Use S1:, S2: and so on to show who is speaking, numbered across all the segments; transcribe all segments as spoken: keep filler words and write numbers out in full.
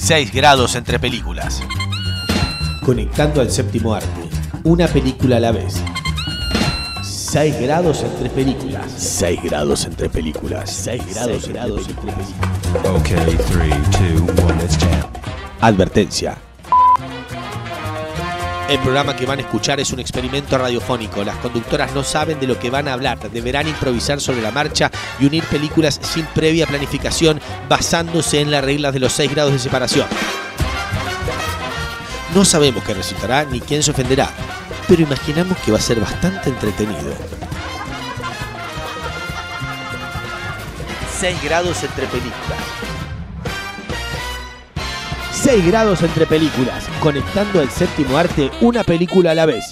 S1: seis grados entre películas.
S2: Conectando al séptimo arte, una película a la vez. seis grados entre películas. seis grados entre películas. seis grados, grados entre películas.
S3: Ok, tres, dos, uno, let's jam.
S2: Advertencia.
S1: El programa que van a escuchar es un experimento radiofónico. Las conductoras no saben de lo que van a hablar. Deberán improvisar sobre la marcha y unir películas sin previa planificación, basándose en las reglas de los seis grados de separación. No sabemos qué resultará ni quién se ofenderá, pero imaginamos que va a ser bastante entretenido. seis grados entre películas.
S2: seis grados entre películas. Conectando al séptimo arte, una película a la vez.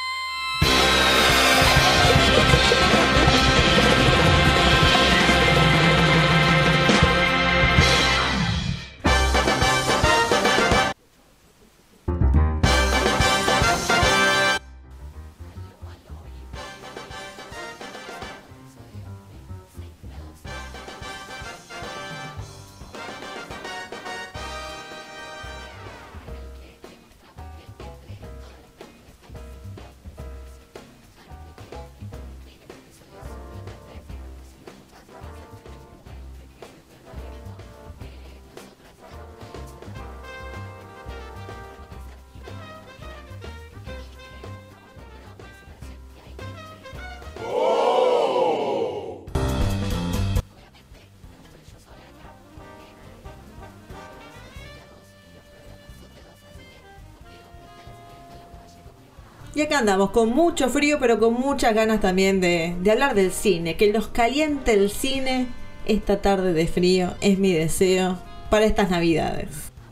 S4: Y acá andamos con mucho frío, pero con muchas ganas también de, de hablar del cine. Que nos caliente el cine esta tarde de frío es mi deseo para estas navidades.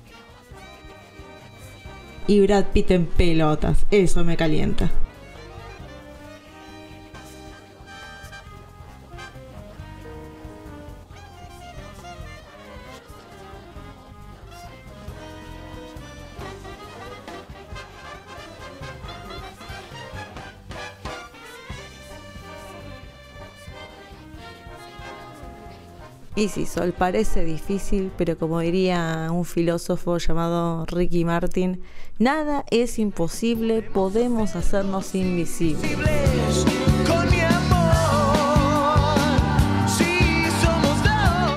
S4: Y Brad Pitt en pelotas, eso me calienta. Y sí, Sol, parece difícil, pero como diría un filósofo llamado Ricky Martin, nada es imposible, podemos hacernos invisibles.
S5: Con mi amor, sí somos dos.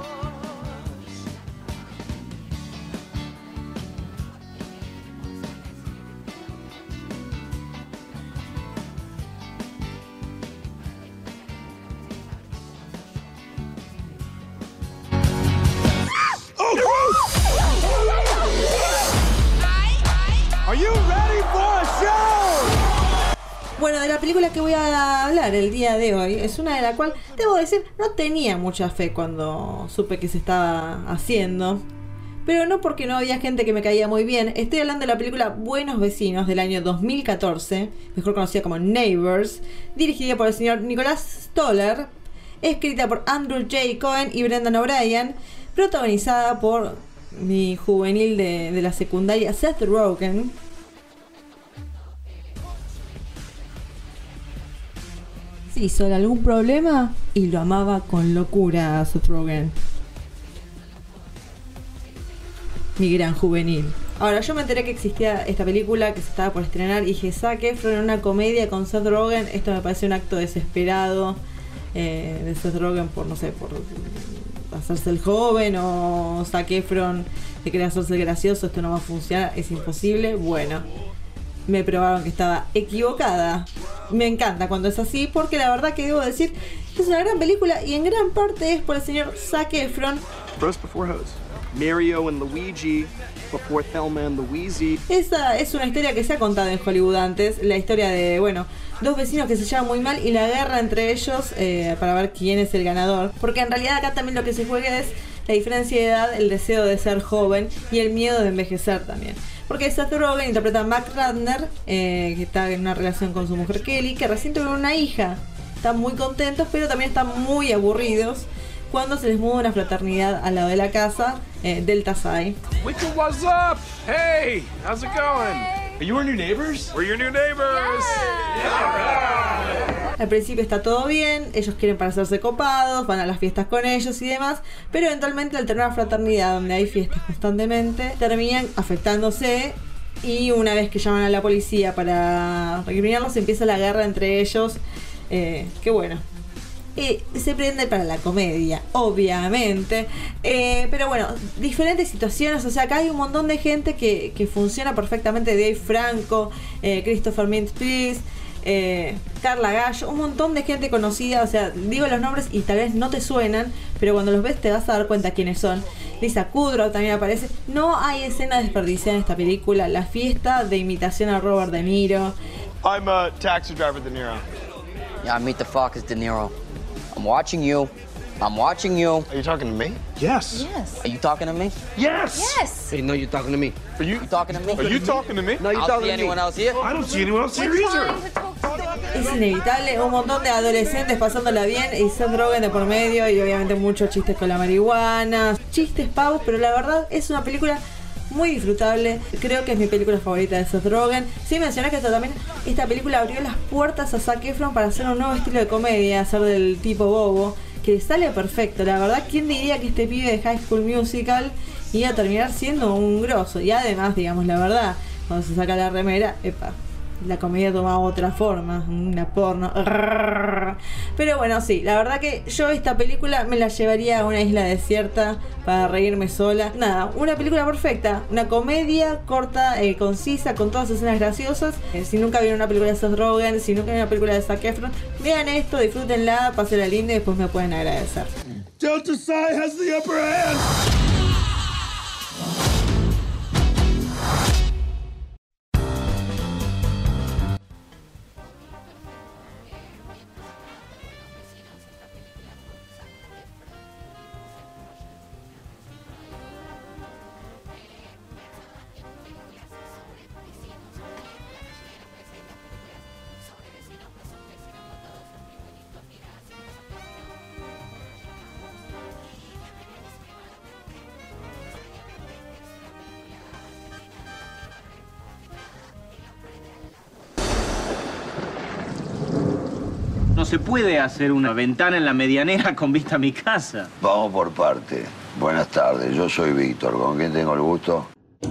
S6: Are you ready for a show?
S4: Bueno, de la película que voy a hablar el día de hoy, es una de la cual, debo decir, no tenía mucha fe cuando supe que se estaba haciendo. Pero no porque no había gente que me caía muy bien. Estoy hablando de la película Buenos Vecinos del año dos mil catorce, mejor conocida como Neighbors, dirigida por el señor Nicholas Stoller, escrita por Andrew J. Cohen y Brendan O'Brien, protagonizada por mi juvenil de, de la secundaria Seth Rogen. Sí, ¿solo algún problema? Y lo amaba con locura a Seth Rogen. Mi gran juvenil. Ahora, yo me enteré que existía esta película que se estaba por estrenar y dije, Zac Efron en una comedia con Seth Rogen. Esto me parece un acto desesperado eh, de Seth Rogen por, no sé, por hacerse el joven, o Zac Efron de querer hacerse el gracioso. Esto no va a funcionar, es imposible. Bueno, me probaron que estaba equivocada. Me encanta cuando es así, porque la verdad que debo decir que es una gran película y en gran parte es por el señor Zac Efron.
S6: Bros before hoes. Mario and Luigi before Thelma and Louise.
S4: Esa es una historia que se ha contado en Hollywood antes. La historia de, bueno, dos vecinos que se llevan muy mal y la guerra entre ellos eh, para ver quién es el ganador. Porque en realidad acá también lo que se juega es la diferencia de edad, el deseo de ser joven y el miedo de envejecer también. Porque Seth Rogen interpreta a Mac Radner, eh, que está en una relación con su mujer Kelly, que recién tuvieron una hija. Están muy contentos, pero también están muy aburridos cuando se les muda una fraternidad al lado de la casa, eh, Delta Psi.
S6: Wicked, what's up? Hey, how's it going? Are you our new neighbors? We're your new neighbors. Yeah. Yeah.
S4: Al principio está todo bien, ellos quieren parecerse copados, van a las fiestas con ellos y demás, pero eventualmente al tener una fraternidad donde hay fiestas constantemente, terminan afectándose. Y una vez que llaman a la policía para recriminarlos, empieza la guerra entre ellos. Eh, que bueno, eh, se prende para la comedia, obviamente. Eh, pero bueno, diferentes situaciones. O sea, acá hay un montón de gente que, que funciona perfectamente. Dave Franco, eh, Christopher Mintz-Plasse, eh, Carla Gallo, un montón de gente conocida. O sea, digo los nombres y tal vez no te suenan, pero cuando los ves te vas a dar cuenta quiénes son. Lisa Kudrow también aparece. No hay escena desperdiciada en esta película. La fiesta de imitación a Robert De Niro.
S6: I'm a taxi driver, De Niro.
S7: Yeah, meet the fuck is De Niro. I'm watching you. I'm watching you.
S6: Are you talking to me? Yes.
S8: Yes.
S7: Are you talking to me?
S6: Yes.
S8: Yes.
S9: Hey, no, you're talking to me.
S6: Are you,
S7: You talking to me?
S6: are you talking to me?
S9: No, you're
S7: I don't
S9: talking
S7: see
S9: to me.
S7: anyone else here.
S6: I don't see anyone else here
S8: We're
S6: either.
S8: trying to talk to you.
S4: Es inevitable, un montón de adolescentes pasándola bien y Seth Rogen de por medio y obviamente muchos chistes con la marihuana, chistes pavos, pero la verdad es una película muy disfrutable. Creo que es mi película favorita de Seth Rogen. Sí mencioné que esto también, esta película abrió las puertas a Zac Efron para hacer un nuevo estilo de comedia, hacer del tipo bobo, que sale perfecto. La verdad, ¿quién diría que este pibe de High School Musical iba a terminar siendo un grosso? Y además, digamos la verdad, cuando se saca la remera, epa, la comedia toma otra forma, una porno. Pero bueno, sí, la verdad que yo esta película me la llevaría a una isla desierta para reírme sola. Nada, una película perfecta, una comedia corta, eh, concisa, con todas escenas graciosas. Eh, si nunca vieron una película de Seth Rogen, si nunca vieron una película de Zac Efron, vean esto, disfrútenla, pásenla linda y después me pueden agradecer.
S5: Delta Psi has the upper hand.
S10: No se puede hacer una ventana en la medianera con vista a mi casa.
S11: Vamos por parte. Buenas tardes, yo soy Víctor. ¿Con quién tengo el gusto?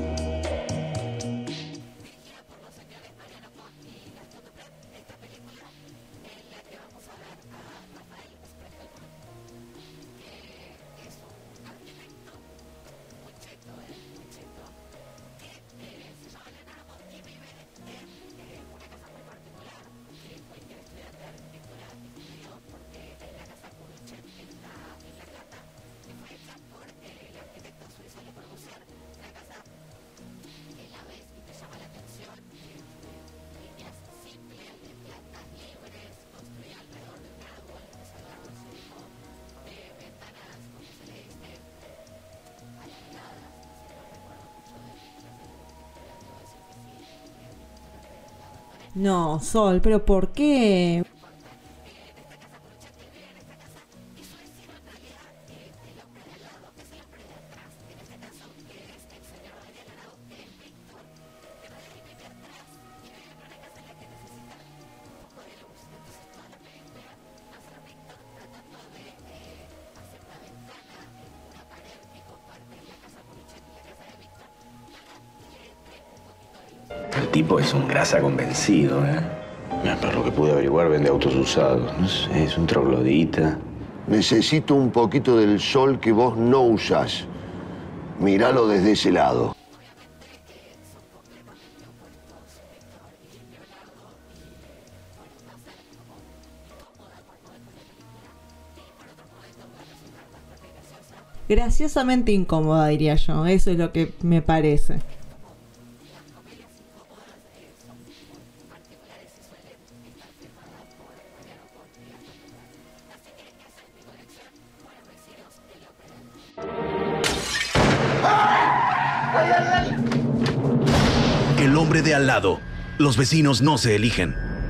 S4: No, Sol, pero ¿por qué?
S12: El tipo es un grasa convencido, ¿eh? Por lo que pude averiguar, vende autos usados. No sé, es un troglodita.
S11: Necesito un poquito del sol que vos no usás. Míralo desde ese lado.
S4: Graciosamente incómoda, diría yo. Eso es lo que me parece.
S13: El hombre de al lado. Los vecinos no se eligen.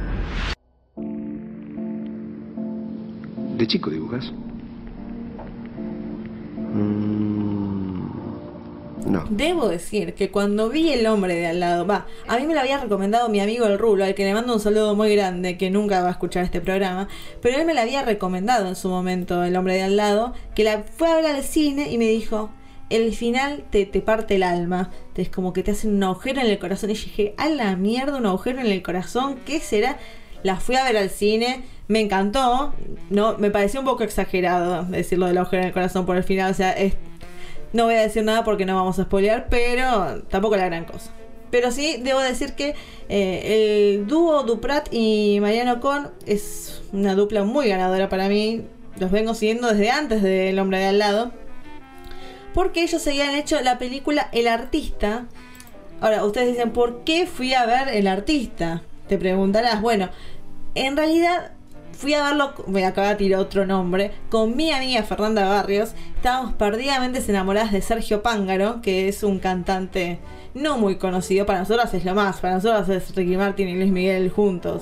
S12: ¿De chico dibujas?
S11: No.
S4: Debo decir que cuando vi El hombre de al lado, va, a mí me lo había recomendado mi amigo el Rulo, al que le mando un saludo muy grande, que nunca va a escuchar este programa, pero él me la había recomendado en su momento, El hombre de al lado, que la fue a ver al cine y me dijo, el final te, te parte el alma, es como que te hacen un agujero en el corazón. Y yo dije, a la mierda, un agujero en el corazón, ¿qué será? La fui a ver al cine, me encantó, no, me pareció un poco exagerado decirlo del agujero en el corazón por el final, o sea, es, no voy a decir nada porque no vamos a spoilear, pero tampoco la gran cosa. Pero sí, debo decir que eh, el dúo Duprat y Mariano Con es una dupla muy ganadora para mí, los vengo siguiendo desde antes de El hombre de al lado, porque ellos habían hecho la película El artista. Ahora, ustedes dicen, ¿por qué fui a ver El artista? Te preguntarás. Bueno, en realidad fui a verlo, me acaba de tirar otro nombre, con mi amiga Fernanda Barrios. Estábamos perdidamente enamoradas de Sergio Pángaro, que es un cantante no muy conocido. Para nosotros es lo más, para nosotros es Ricky Martin y Luis Miguel juntos.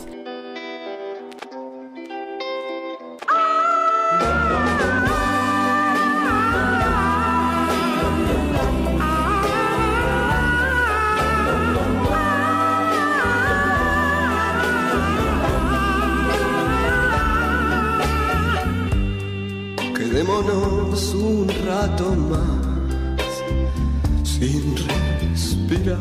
S8: Quedémonos un rato más sin respirar.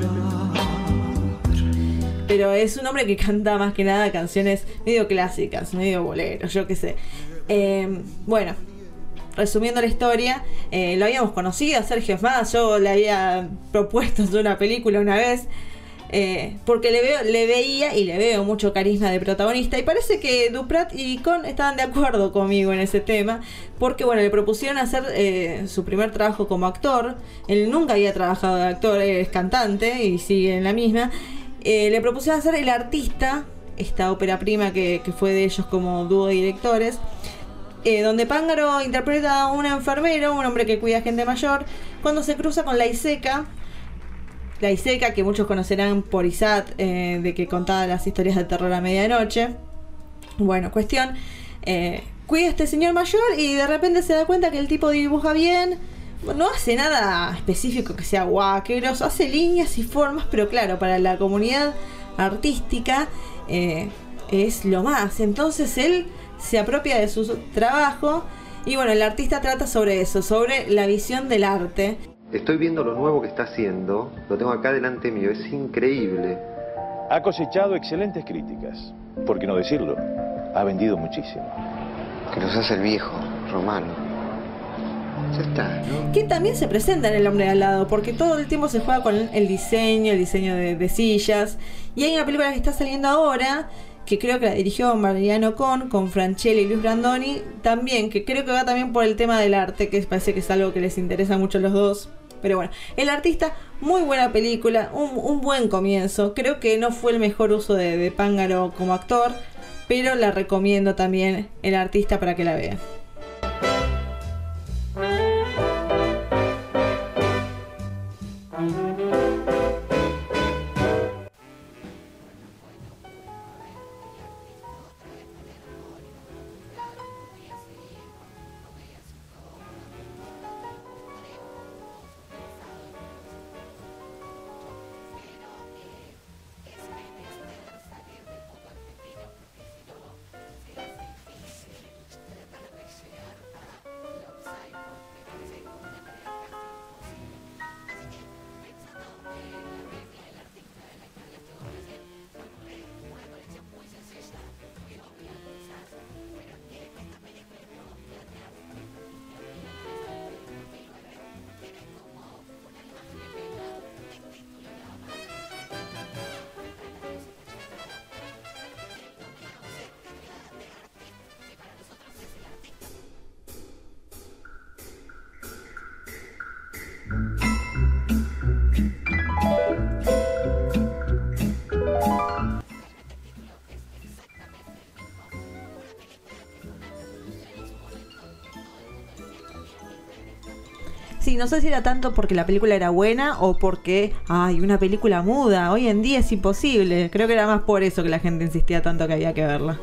S4: Pero es un hombre que canta más que nada canciones medio clásicas, medio boleros, yo qué sé. Eh, bueno, resumiendo la historia, eh, lo habíamos conocido a Sergio, es más, yo le había propuesto hacer una película una vez. Eh, porque le veo, le veía y le veo mucho carisma de protagonista, y parece que Duprat y Con estaban de acuerdo conmigo en ese tema, porque bueno, le propusieron hacer eh, su primer trabajo como actor. Él nunca había trabajado de actor, es cantante y sigue en la misma. Eh, le propusieron hacer El artista, esta ópera prima que, que fue de ellos como dúo de directores, eh, donde Pángaro interpreta a un enfermero, un hombre que cuida a gente mayor, cuando se cruza con la Iseca. La Iseca, que muchos conocerán por Isat, eh, de que contaba las historias de terror a medianoche. Bueno, cuestión, eh, cuida a este señor mayor y de repente se da cuenta que el tipo dibuja bien. No hace nada específico que sea guaqueroso, hace líneas y formas, pero claro, para la comunidad artística eh, es lo más. Entonces él se apropia de su trabajo y bueno, el artista trata sobre eso, sobre la visión del arte.
S9: Estoy viendo lo nuevo que está haciendo, lo tengo acá delante mío, es increíble.
S12: Ha cosechado excelentes críticas, por qué no decirlo, ha vendido muchísimo.
S9: Que los hace el viejo, Romano. Ya está, ¿no?
S4: Que también se presenta en El hombre de al lado, porque todo el tiempo se juega con el diseño, el diseño de, de sillas. Y hay una película que está saliendo ahora, que creo que la dirigió Mariano Con, con Franchella y Luis Brandoni, también, que creo que va también por el tema del arte, que parece que es algo que les interesa mucho a los dos. Pero bueno, El artista, muy buena película, un, un buen comienzo. Creo que no fue el mejor uso de, de Pángaro como actor, pero la recomiendo también, El artista, para que la vean. Sí, no sé si era tanto porque la película era buena o porque, ay, una película muda, hoy en día es imposible. Creo que era más por eso que la gente insistía tanto que había que verla.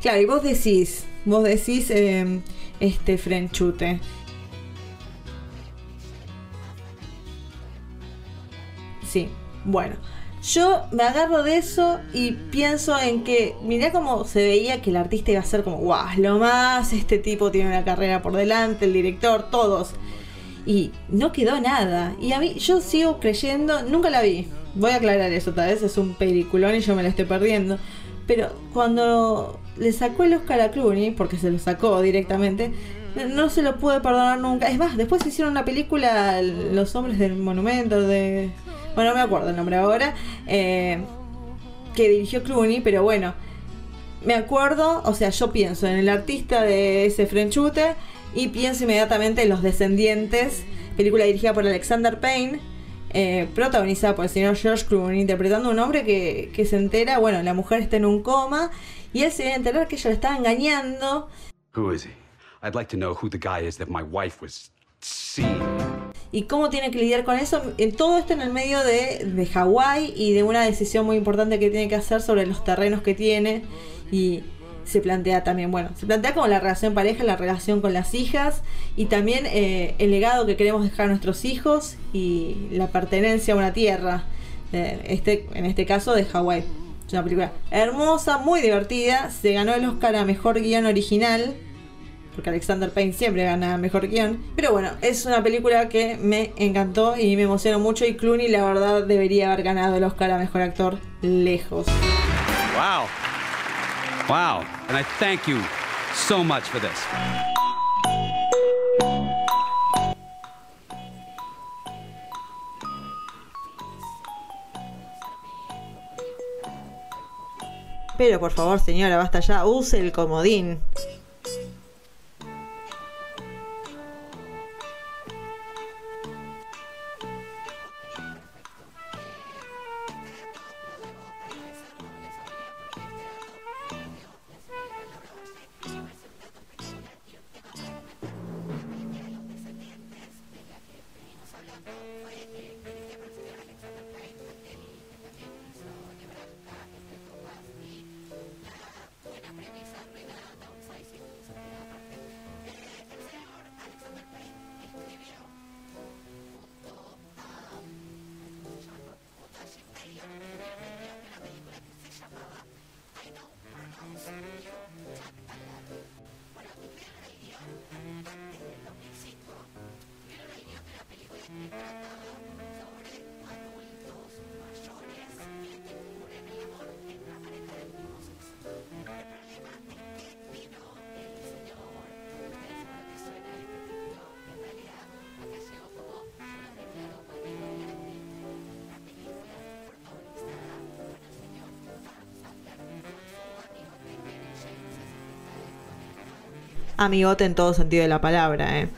S4: Claro, y vos decís, vos decís eh, este Frenchute. Sí, bueno. Yo me agarro de eso y pienso en que, mirá cómo se veía que el artista iba a ser como, guau, lo más, este tipo tiene una carrera por delante, el director, todos. Y no quedó nada. Y a mí, yo sigo creyendo, nunca la vi. Voy a aclarar eso, tal vez es un peliculón y yo me la estoy perdiendo. Pero cuando le sacó el Oscar a Clooney, porque se lo sacó directamente, no se lo pude perdonar nunca. Es más, después hicieron una película, Los Hombres del Monumento, de... bueno, no me acuerdo el nombre ahora, eh, que dirigió Clooney, pero bueno, me acuerdo, o sea, yo pienso en el artista de ese Frenchute y pienso inmediatamente en Los Descendientes, película dirigida por Alexander Payne, eh, protagonizada por el señor George Clooney, interpretando a un hombre que, que se entera, bueno, la mujer está en un coma y él se viene a enterar que ella lo estaba engañando.
S14: Who is he? I'd like to know who the guy is that my wife was seeing.
S4: Y cómo tiene que lidiar con eso, en todo esto en el medio de, de Hawái y de una decisión muy importante que tiene que hacer sobre los terrenos que tiene. Y se plantea también, bueno, se plantea como la relación pareja, la relación con las hijas y también eh, el legado que queremos dejar a nuestros hijos y la pertenencia a una tierra, eh, este, en este caso de Hawái. Es una película hermosa, muy divertida, se ganó el Oscar a Mejor Guión Original, porque Alexander Payne siempre gana mejor guión. Pero bueno, es una película que me encantó y me emocionó mucho. Y Clooney, la verdad, debería haber ganado el Oscar a mejor actor lejos.
S15: Wow. Wow. And I thank you so much for this.
S4: Pero por favor, señora, basta ya. Use el comodín. Amigote en todo sentido de la palabra, eh.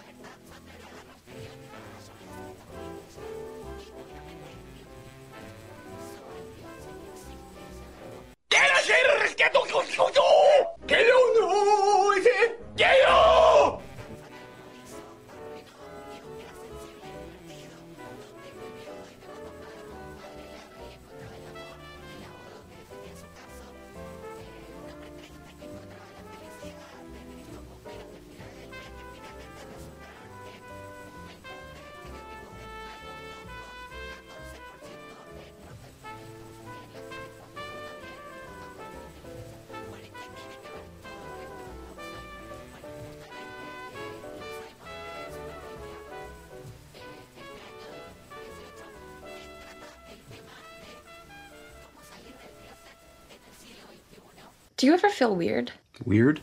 S16: Do you ever feel weird?
S14: Weird?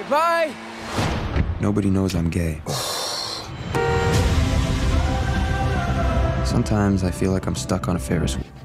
S17: Goodbye.
S3: Nobody knows I'm gay. Sometimes I feel like I'm stuck on a Ferris wheel.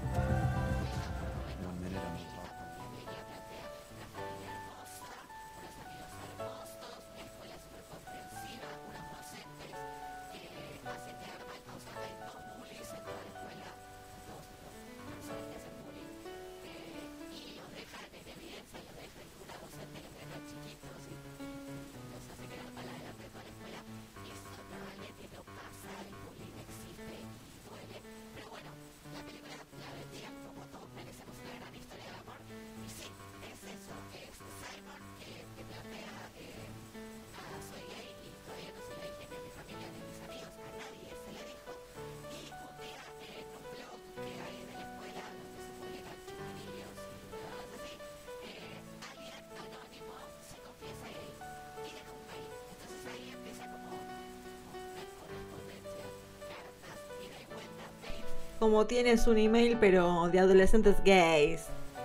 S4: Como tienes un email pero de adolescentes gays.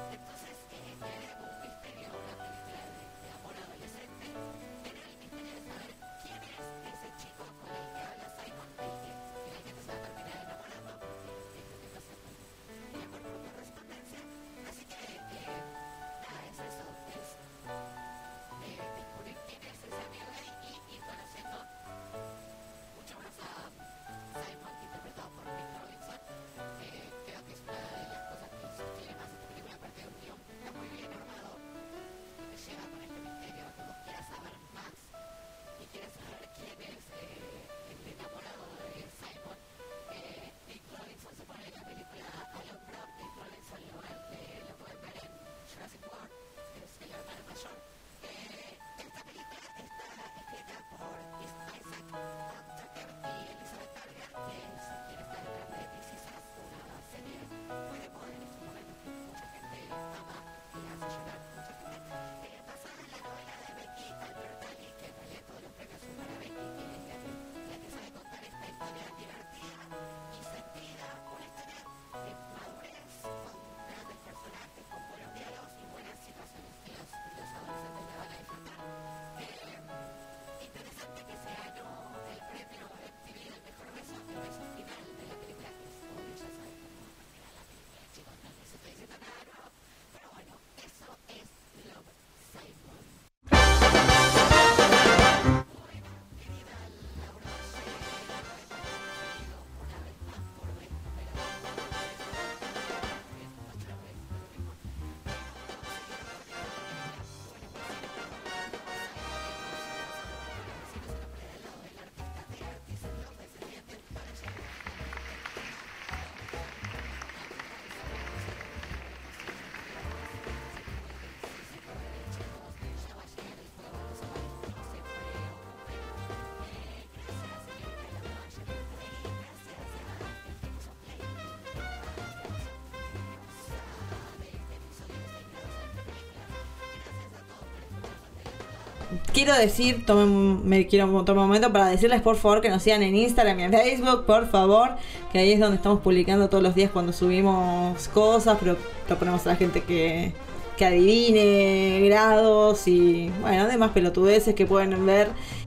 S4: Quiero decir, tomen, me quiero tomar un momento para decirles por favor que nos sigan en Instagram y en Facebook, por favor, que ahí es donde estamos publicando todos los días cuando subimos cosas, pero proponemos a la gente que, que adivine grados y bueno, demás pelotudeces que pueden ver